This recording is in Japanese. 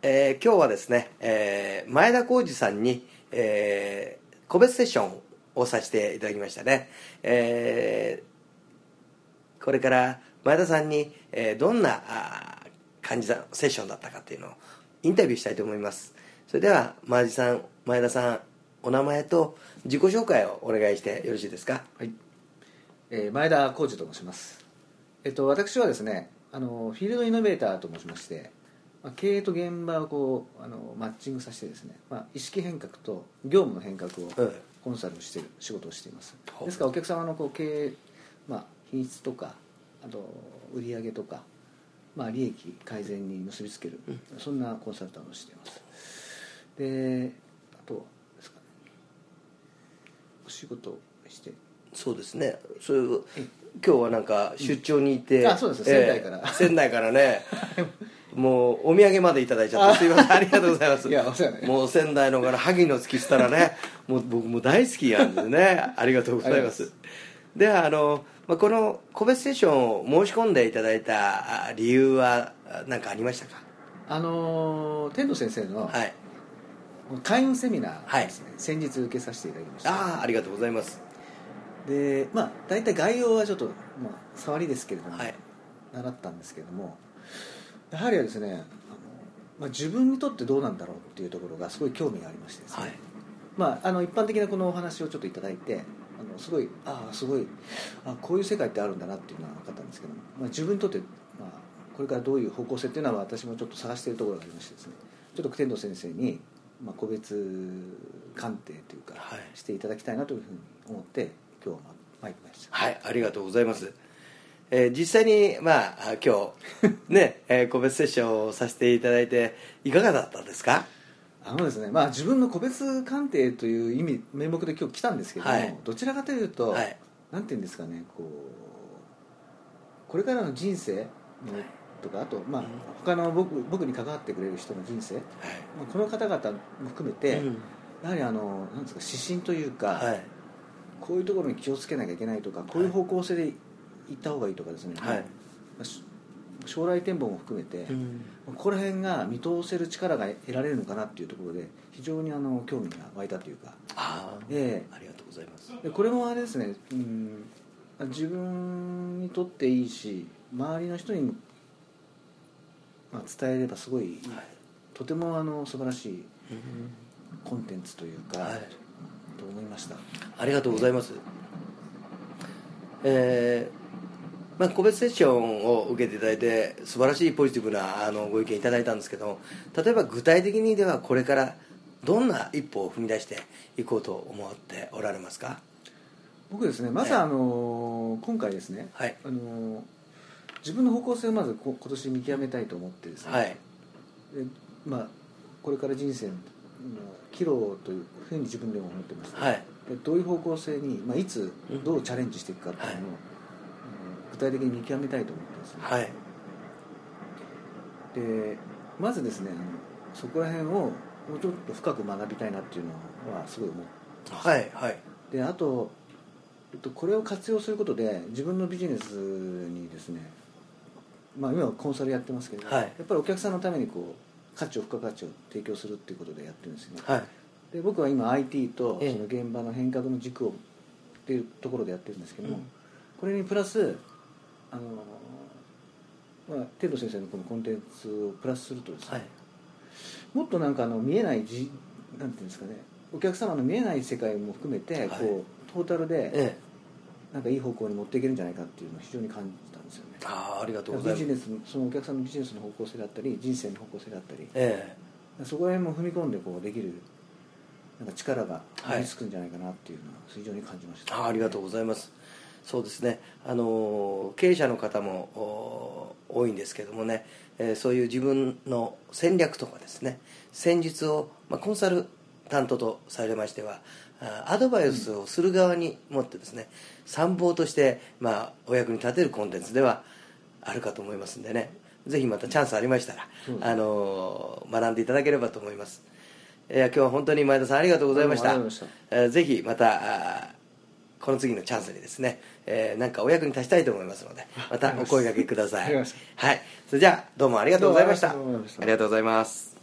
今日はですね、前田浩二さんに、個別セッションをさせていただきましたね。これから前田さんに、どんな感じのセッションだったかっていうのをインタビューしたいと思います。それでは前田さん、お名前と自己紹介をお願いしてよろしいですか。 はい、前田浩二と申します。私はですね、フィールドイノベーターと申しまして、経営と現場をマッチングさせてですね、意識変革と業務の変革をコンサルしている仕事をしています。ですからお客様の経営、品質とか、あと売上とか、利益改善に結びつける、そんなコンサルタントをしています。で、あとですかね、お仕事をしてそうですね、今日はなんか出張に行って、 そうです、仙台からねもうお土産までいただいちゃってすいません、ありがとうございます。 いや、お世話になります。 もう仙台のから萩の月したらねもう僕も大好きなんですね。ありがとうございます。ではこの個別セッションを申し込んでいただいた理由は何かありましたか。 天童先生の開運セミナーですね、先日受けさせていただきました。 ありがとうございます。 で、大体概要はちょっと、触りですけれども、習ったんですけれども、やはりはですね、自分にとってどうなんだろうっていうところがすごい興味がありましてですね、一般的なこのお話をちょっといただいて、すごいこういう世界ってあるんだなっていうのが分かったんですけども、自分にとって、これからどういう方向性っていうのは私もちょっと探しているところがありましてですね、ちょっと天童先生に、個別鑑定というか、していただきたいなというふうに思って今日は参りました。 はい、ありがとうございます。実際に今日ね、個別セッションをさせていただいていかがだったですか。 ですね、自分の個別鑑定という名目で今日来たんですけども、どちらかというと、なんていうんですかね、これからの人生とか、あと他の僕に関わってくれる人の人生、この方々も含めて、やはりなんですか、指針というか、こういうところに気をつけなきゃいけないとか、こういう方向性で行った方がいいとかですね、将来展望も含めて、ここら辺が見通せる力が得られるのかなっていうところで非常に興味が湧いたというか、 ありがとうございます。 でこれもあれですね、自分にとっていいし、周りの人にも、伝えればすごい、とても素晴らしいコンテンツというか、と思いました。 ありがとうございます。個別セッションを受けていただいて素晴らしいポジティブなご意見いただいたんですけど、例えば具体的にではこれからどんな一歩を踏み出していこうと思っておられますか。 僕ですね、まず今回ですね、自分の方向性をまず今年見極めたいと思ってですね、これから人生の岐路というふうに自分でも思ってました、でどういう方向性に、いつどうチャレンジしていくかっていうのを、具体的に見極めたいと思ってですね、でまずですね、そこら辺をもうちょっと深く学びたいなっていうのはすごい思ってます、であとこれを活用することで自分のビジネスにですね、今はコンサルやってますけど、やっぱりお客さんのために付加価値を提供するっていうことでやってるんですよね、で僕は今 IT とその現場の変革の軸をっていうところでやってるんですけども、これにプラス天童先生のこのコンテンツをプラスするとですね、もっとなんか見えないなんていうんですかね、お客様の見えない世界も含めてトータルでなんかいい方向に持っていけるんじゃないかっていうのを非常に感じたんですよね。 ありがとうございます。 ビジネス、そのお客さんのビジネスの方向性だったり人生の方向性だったり、そこら辺も踏み込んでできるなんか力が身につくんじゃないかなっていうのは非常に感じました、 ありがとうございます。そうですね、経営者の方も多いんですけどもね、そういう自分の戦略とかですね、戦術を、コンサルタントとされましてはアドバイスをする側に持ってですね、参謀として、お役に立てるコンテンツではあるかと思いますんでね、ぜひまたチャンスありましたら、学んでいただければと思います。今日は本当に前田さんありがとうございました。ぜひまたこの次のチャンスにですね、なんかお役に立ちたいと思いますので、またお声掛けください。はい、それじゃあどうもありがとうございました。ありがとうございます。